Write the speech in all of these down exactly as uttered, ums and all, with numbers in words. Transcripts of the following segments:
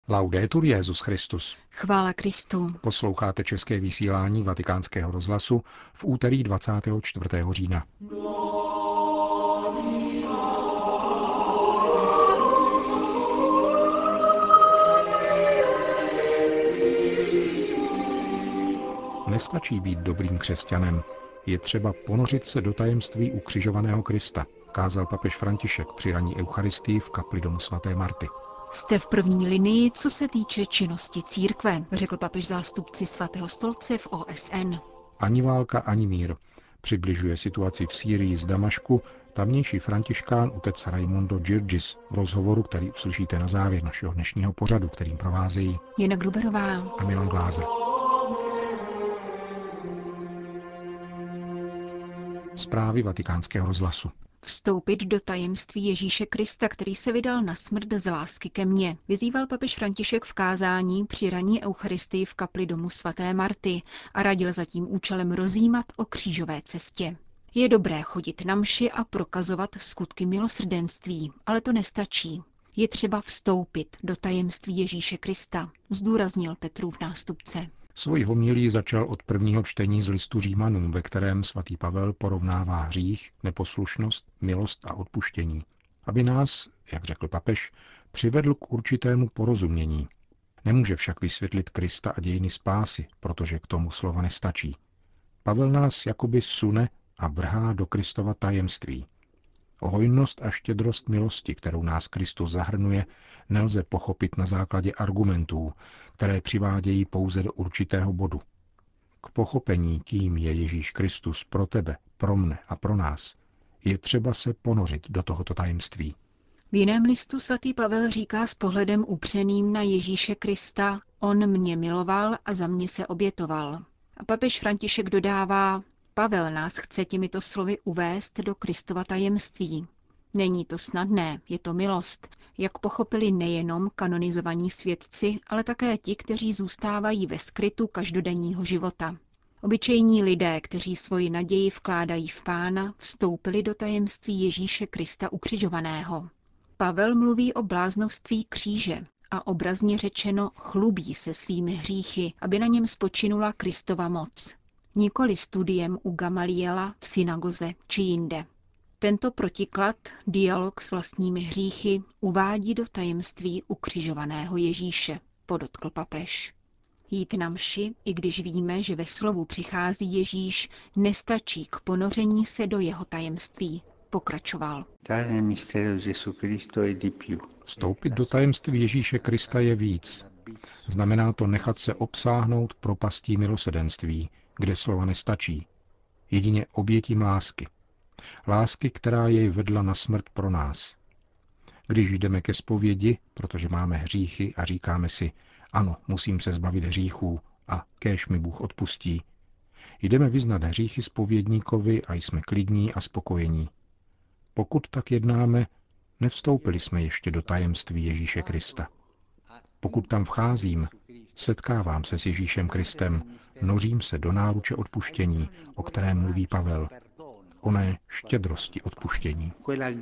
Laudetur Jesus Christus. Chvála Kristu. Posloucháte české vysílání Vatikánského rozhlasu v úterý dvacátého čtvrtého října. Nestačí být dobrým křesťanem, je třeba ponořit se do tajemství ukřižovaného Krista, kázal papež František při ranní eucharistii v kapli domu svaté Marty. Jste v první linii, co se týče činnosti církve, řekl papež zástupci svatého stolce v O S N. Ani válka, ani mír. Přibližuje situaci v Sýrii z Damašku tamnější františkán otec Raimondo Girgis v rozhovoru, který uslyšíte na závěr našeho dnešního pořadu, kterým provázejí Jana Gruberová a Milan Glázer. Zprávy Vatikánského rozhlasu. Vstoupit do tajemství Ježíše Krista, který se vydal na smrt z lásky ke mně, vyzýval papež František v kázání při ranní eucharistii v kapli domu svaté Marty a radil za tím účelem rozjímat o křížové cestě. Je dobré chodit na mši a prokazovat skutky milosrdenství, ale to nestačí. Je třeba vstoupit do tajemství Ježíše Krista, zdůraznil Petrův nástupce. Svoji homilii začal od prvního čtení z listu Římanům, ve kterém svatý Pavel porovnává hřích, neposlušnost, milost a odpuštění, aby nás, jak řekl papež, přivedl k určitému porozumění. Nemůže však vysvětlit Krista a dějiny spásy, protože k tomu slova nestačí. Pavel nás jakoby sune a vrhá do Kristova tajemství. O hojnost a štědrost milosti, kterou nás Kristus zahrnuje, nelze pochopit na základě argumentů, které přivádějí pouze do určitého bodu. K pochopení, kým je Ježíš Kristus pro tebe, pro mne a pro nás, je třeba se ponořit do tohoto tajemství. V jiném listu svatý Pavel říká s pohledem upřeným na Ježíše Krista: On mě miloval a za mě se obětoval. A papež František dodává: Pavel nás chce těmito slovy uvést do Kristova tajemství. Není to snadné, je to milost, jak pochopili nejenom kanonizovaní svědci, ale také ti, kteří zůstávají ve skrytu každodenního života. Obyčejní lidé, kteří svoji naději vkládají v Pána, vstoupili do tajemství Ježíše Krista ukřižovaného. Pavel mluví o bláznovství kříže a obrazně řečeno chlubí se svými hříchy, aby na něm spočinula Kristova moc. Nikoli studiem u Gamaliela v synagoze či jinde. Tento protiklad, dialog s vlastními hříchy, uvádí do tajemství ukřižovaného Ježíše, podotkl papež. Jít na mši, i když víme, že ve slovu přichází Ježíš, nestačí k ponoření se do jeho tajemství, pokračoval. Vstoupit do tajemství Ježíše Krista je víc. Znamená to nechat se obsáhnout propastí milosedenství, kde slova nestačí. Jedině obětím lásky. Lásky, která jej vedla na smrt pro nás. Když jdeme ke zpovědi, protože máme hříchy a říkáme si, ano, musím se zbavit hříchů a kéž mi Bůh odpustí, jdeme vyznat hříchy zpovědníkovi a jsme klidní a spokojení. Pokud tak jednáme, nevstoupili jsme ještě do tajemství Ježíše Krista. Pokud tam vcházím, setkávám se s Ježíšem Kristem, nořím se do náruče odpuštění, o kterém mluví Pavel, oné štědrosti odpuštění.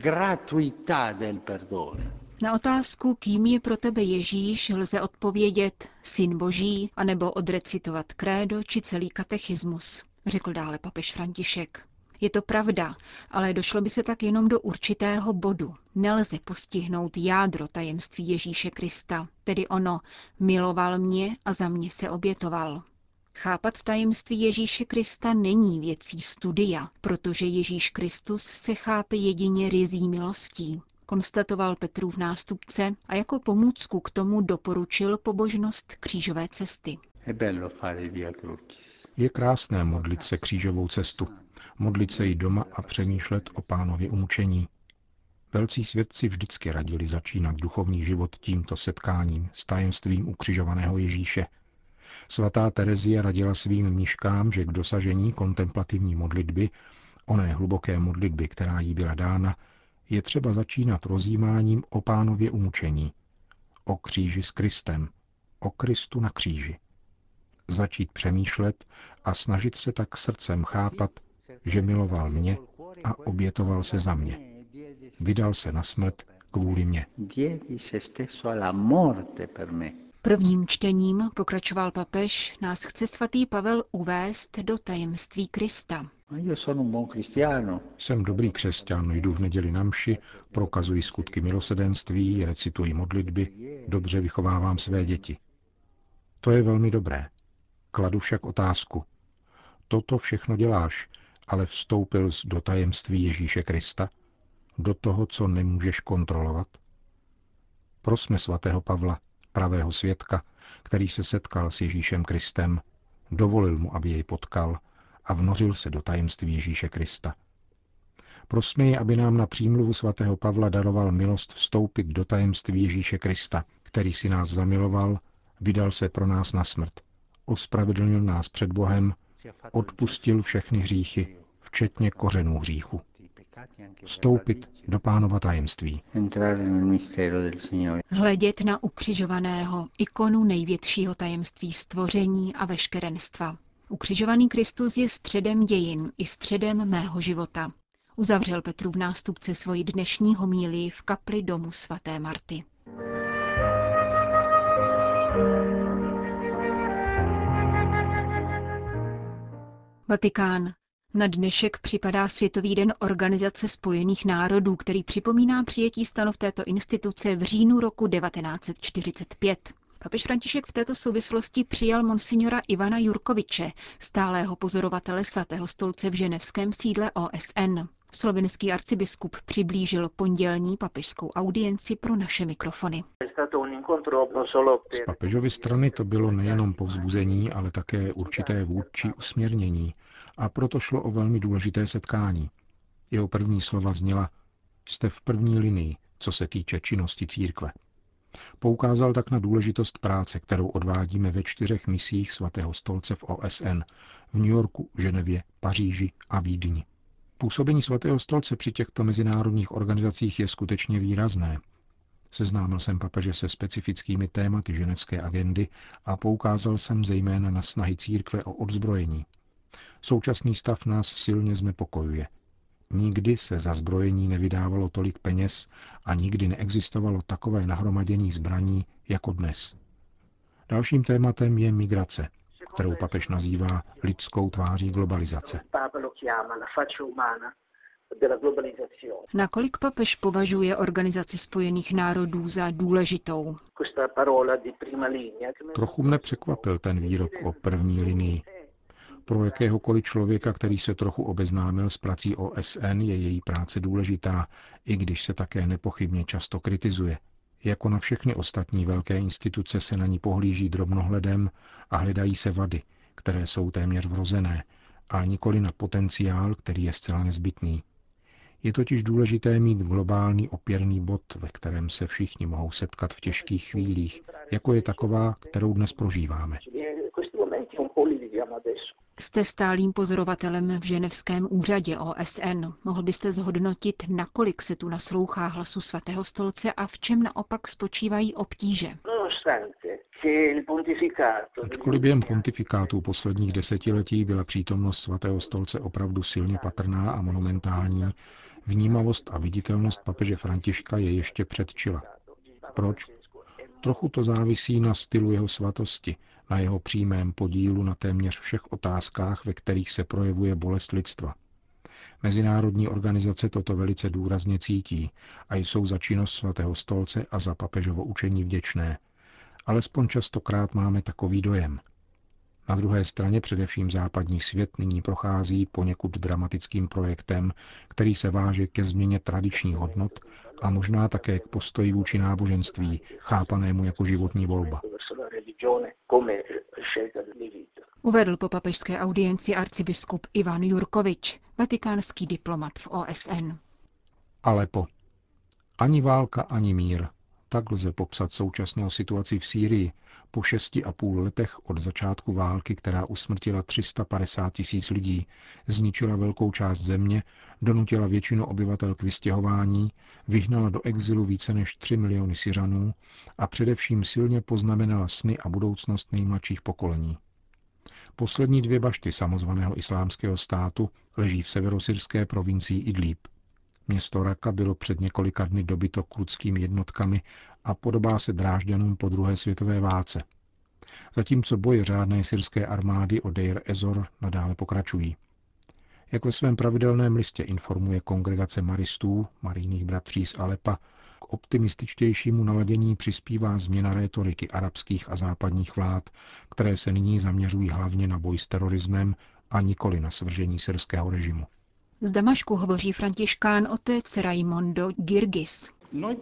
Na otázku, kým je pro tebe Ježíš, lze odpovědět Syn Boží, anebo odrecitovat krédo či celý katechismus, řekl dále papež František. Je to pravda, ale došlo by se tak jenom do určitého bodu. Nelze postihnout jádro tajemství Ježíše Krista, tedy ono, miloval mě a za mě se obětoval. Chápat tajemství Ježíše Krista není věcí studia, protože Ježíš Kristus se chápe jedině ryzí milostí, konstatoval Petrův nástupce a jako pomůcku k tomu doporučil pobožnost křížové cesty. Je krásné modlit se křížovou cestu, modlit se ji doma a přemýšlet o Pánově umučení. Velcí svědci vždycky radili začínat duchovní život tímto setkáním s tajemstvím ukřižovaného Ježíše. Svatá Terezie radila svým mniškám, že k dosažení kontemplativní modlitby, oné hluboké modlitby, která jí byla dána, je třeba začínat rozjímáním o Pánově umučení, o kříži s Kristem, o Kristu na kříži. Začít přemýšlet a snažit se tak srdcem chápat, že miloval mě a obětoval se za mě. Vydal se na smrt kvůli mně. Prvním čtením, pokračoval papež, nás chce svatý Pavel uvést do tajemství Krista. Jsem dobrý křesťan, jdu v neděli na mši, prokazuji skutky milosedenství, recituji modlitby, dobře vychovávám své děti. To je velmi dobré. Kladu však otázku. Toto všechno děláš, ale vstoupil jsi do tajemství Ježíše Krista? Do toho, co nemůžeš kontrolovat? Prosme svatého Pavla, pravého svědka, který se setkal s Ježíšem Kristem, dovolil mu, aby jej potkal a vnořil se do tajemství Ježíše Krista. Prosme jej, aby nám na přímluvu svatého Pavla daroval milost vstoupit do tajemství Ježíše Krista, který si nás zamiloval, vydal se pro nás na smrt, ospravedlnil nás před Bohem, odpustil všechny hříchy, včetně kořenů hříchu. Vstoupit do Pánova tajemství. Hledět na ukřižovaného, ikonu největšího tajemství stvoření a veškerenstva. Ukřižovaný Kristus je středem dějin i středem mého života. Uzavřel Petrův nástupce svoji dnešní homílii v kapli domu svaté Marty. Vatikán. Na dnešek připadá Světový den Organizace spojených národů, který připomíná přijetí stanov této instituce v říjnu roku devatenáct set čtyřicet pět. Papež František v této souvislosti přijal monsignora Ivana Jurkoviče, stálého pozorovatele Svatého stolce v ženevském sídle O S N. Slovinský arcibiskup přiblížil pondělní papežskou audienci pro naše mikrofony. Z papežovy strany to bylo nejenom povzbuzení, ale také určité vůdčí usměrnění a proto šlo o velmi důležité setkání. Jeho první slova zněla: jste v první linii, co se týče činnosti církve. Poukázal tak na důležitost práce, kterou odvádíme ve čtyřech misích Svatého stolce v O S N, v New Yorku, Ženevě, Paříži a Vídni. Působení Svatého stolce při těchto mezinárodních organizacích je skutečně výrazné. Seznámil jsem papeže se specifickými tématy ženevské agendy a poukázal jsem zejména na snahy církve o odzbrojení. Současný stav nás silně znepokojuje. Nikdy se za zbrojení nevydávalo tolik peněz a nikdy neexistovalo takové nahromadění zbraní jako dnes. Dalším tématem je migrace, kterou papež nazývá lidskou tváří globalizace. Nakolik papež považuje Organizaci spojených národů za důležitou? Trochu mne překvapil ten výrok o první linii. Pro jakéhokoliv člověka, který se trochu obeznámil s prací O S N, je její práce důležitá, i když se také nepochybně často kritizuje. Jako na všechny ostatní velké instituce se na ní pohlíží drobnohledem a hledají se vady, které jsou téměř vrozené, a nikoli na potenciál, který je zcela nezbytný. Je totiž důležité mít globální opěrný bod, ve kterém se všichni mohou setkat v těžkých chvílích, jako je taková, kterou dnes prožíváme. Jste stálým pozorovatelem v ženevském úřadě O S N. Mohl byste zhodnotit, nakolik se tu naslouchá hlasu Svatého stolce a v čem naopak spočívají obtíže? Ačkoliv během pontifikátů posledních desetiletí byla přítomnost Svatého stolce opravdu silně patrná a monumentální, vnímavost a viditelnost papeže Františka je ještě předčila. Proč? Trochu to závisí na stylu jeho svatosti, na jeho přímém podílu na téměř všech otázkách, ve kterých se projevuje bolest lidstva. Mezinárodní organizace toto velice důrazně cítí a jsou za činnost Svatého stolce a za papežovo učení vděčné. Alespoň častokrát máme takový dojem. Na druhé straně především západní svět nyní prochází poněkud dramatickým projektem, který se váže ke změně tradičních hodnot a možná také k postoji vůči náboženství, chápanému jako životní volba. Uvedl po papežské audienci arcibiskup Ivan Jurkovič, vatikánský diplomat v O S N. Alepo. Ani válka, ani mír. Tak lze popsat současnou situaci v Sýrii po šesti a půl letech od začátku války, která usmrtila tři sta padesát tisíc lidí, zničila velkou část země, donutila většinu obyvatel k vystěhování, vyhnala do exilu více než tři miliony Syřanů a především silně poznamenala sny a budoucnost nejmladších pokolení. Poslední dvě bašty samozvaného islámského státu leží v severosyrské provincii Idlíb. Město Raka bylo před několika dny dobyto kurdskými jednotkami a podobá se Drážďanům po druhé světové válce. Zatímco boje řádné syrské armády o Deir Ezor nadále pokračují. Jak ve svém pravidelném listě informuje kongregace maristů, marijných bratří z Alepa, k optimističtějšímu naladění přispívá změna rétoriky arabských a západních vlád, které se nyní zaměřují hlavně na boj s terorismem a nikoli na svržení syrského režimu. Z Damašku hovoří františkán otec Raimondo Girgis.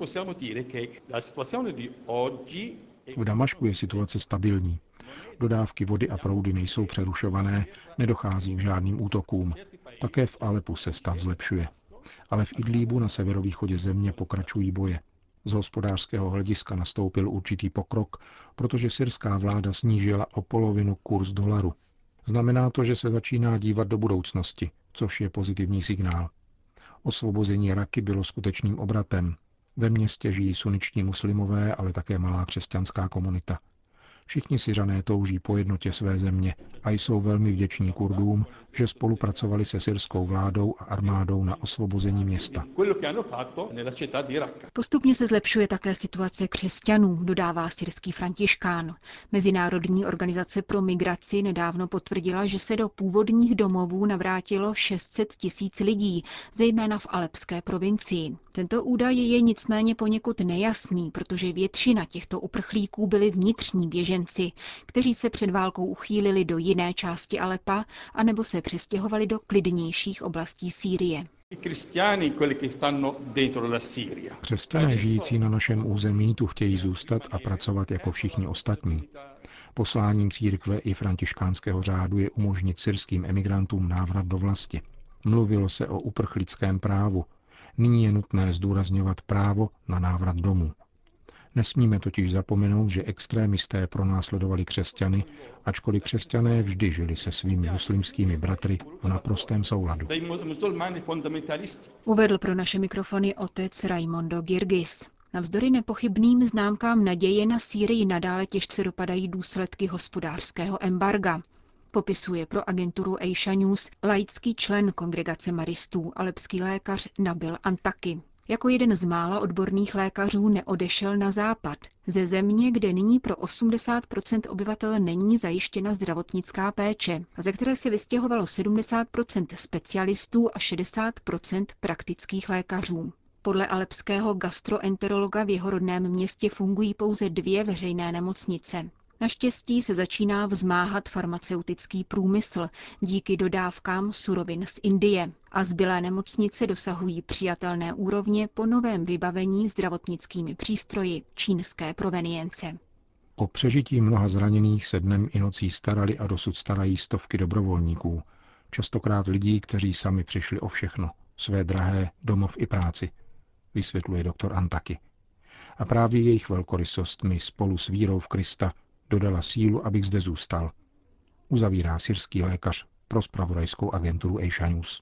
V Damašku je situace stabilní. Dodávky vody a proudy nejsou přerušované, nedochází k žádným útokům. Také v Alepu se stav zlepšuje. Ale v Idlíbu na severovýchodě země pokračují boje. Z hospodářského hlediska nastoupil určitý pokrok, protože syrská vláda snížila o polovinu kurz dolaru. Znamená to, že se začíná dívat do budoucnosti, což je pozitivní signál. Osvobození Raky bylo skutečným obratem. Ve městě žijí suničtí muslimové, ale také malá křesťanská komunita. Všichni Syřané touží po jednotě své země a jsou velmi vděční Kurdům, že spolupracovali se syrskou vládou a armádou na osvobození města. Postupně se zlepšuje také situace křesťanů, dodává syrský františkán. Mezinárodní organizace pro migraci nedávno potvrdila, že se do původních domovů navrátilo šest set tisíc lidí, zejména v alepské provincii. Tento údaj je nicméně poněkud nejasný, protože většina těchto uprchlíků byli vnitřní běženci, kteří se před válkou uchýlili do jiné části Alepa anebo se přestěhovali do klidnějších oblastí Sýrie. Křesťané žijící na našem území tu chtějí zůstat a pracovat jako všichni ostatní. Posláním církve i františkánského řádu je umožnit syrským emigrantům návrat do vlasti. Mluvilo se o uprchlickém právu. Nyní je nutné zdůrazňovat právo na návrat domů. Nesmíme totiž zapomenout, že extrémisté pronásledovali křesťany, ačkoliv křesťané vždy žili se svými muslimskými bratry v naprostém souladu. Uvedl pro naše mikrofony otec Raimondo Girgis. Navzdory nepochybným známkám naděje na Sýrii nadále těžce dopadají důsledky hospodářského embarga. Popisuje pro agenturu Asia News laický člen kongregace maristů, alepský lékař Nabil Antaki. Jako jeden z mála odborných lékařů neodešel na západ, ze země, kde nyní pro osmdesát procent obyvatel není zajištěna zdravotnická péče, a ze které se vystěhovalo sedmdesát procent specialistů a šedesát procent praktických lékařů. Podle alepského gastroenterologa v jeho rodném městě fungují pouze dvě veřejné nemocnice. Naštěstí se začíná vzmáhat farmaceutický průmysl díky dodávkám surovin z Indie a zbylé nemocnice dosahují přijatelné úrovně po novém vybavení zdravotnickými přístroji čínské provenience. O přežití mnoha zraněných se dnem i nocí starali a dosud starají stovky dobrovolníků, častokrát lidí, kteří sami přišli o všechno, své drahé, domov i práci, vysvětluje doktor Antaki. A právě jejich velkorysost mi spolu s vírou v Krista dodala sílu, abych zde zůstal. Uzavírá syrský lékař pro zpravodajskou agenturu Asia News.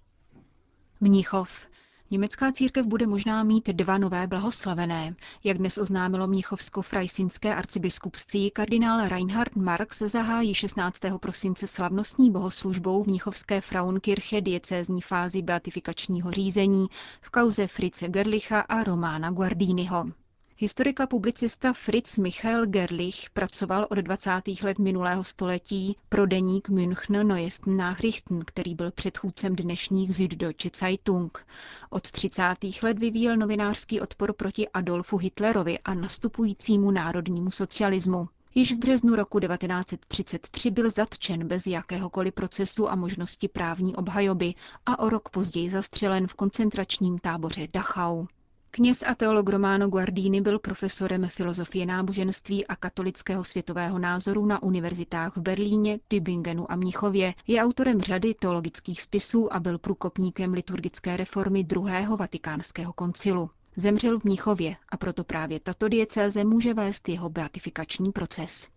Mnichov. Německá církev bude možná mít dva nové blahoslavené. Jak dnes oznámilo mnichovsko-frajsinské arcibiskupství, kardinál Reinhard Marx zahájí šestnáctého prosince slavnostní bohoslužbou v mnichovské Frauenkirche diecézní fázi beatifikačního řízení v kauze Fritze Gerlicha a Romana Guardiniho. Historik a publicista Fritz Michael Gerlich pracoval od dvacátých let minulého století pro deník Münchner Neuesten Nachrichten, který byl předchůdcem dnešních Süddeutsche Zeitung. Od třicátých let vyvíjel novinářský odpor proti Adolfu Hitlerovi a nastupujícímu národnímu socialismu. Již v březnu roku devatenáct set třicet tři byl zatčen bez jakéhokoliv procesu a možnosti právní obhajoby a o rok později zastřelen v koncentračním táboře Dachau. Kněz a teolog Romano Guardini byl profesorem filozofie náboženství a katolického světového názoru na univerzitách v Berlíně, Tübingenu a Mnichově. Je autorem řady teologických spisů a byl průkopníkem liturgické reformy druhého vatikánského koncilu. Zemřel v Mnichově a proto právě tato diecéze může vést jeho beatifikační proces.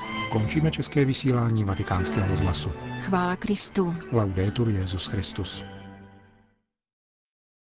Končíme české vysílání Vatikánského rozhlasu. Chvála Kristu. Laudetur Jesus Christus.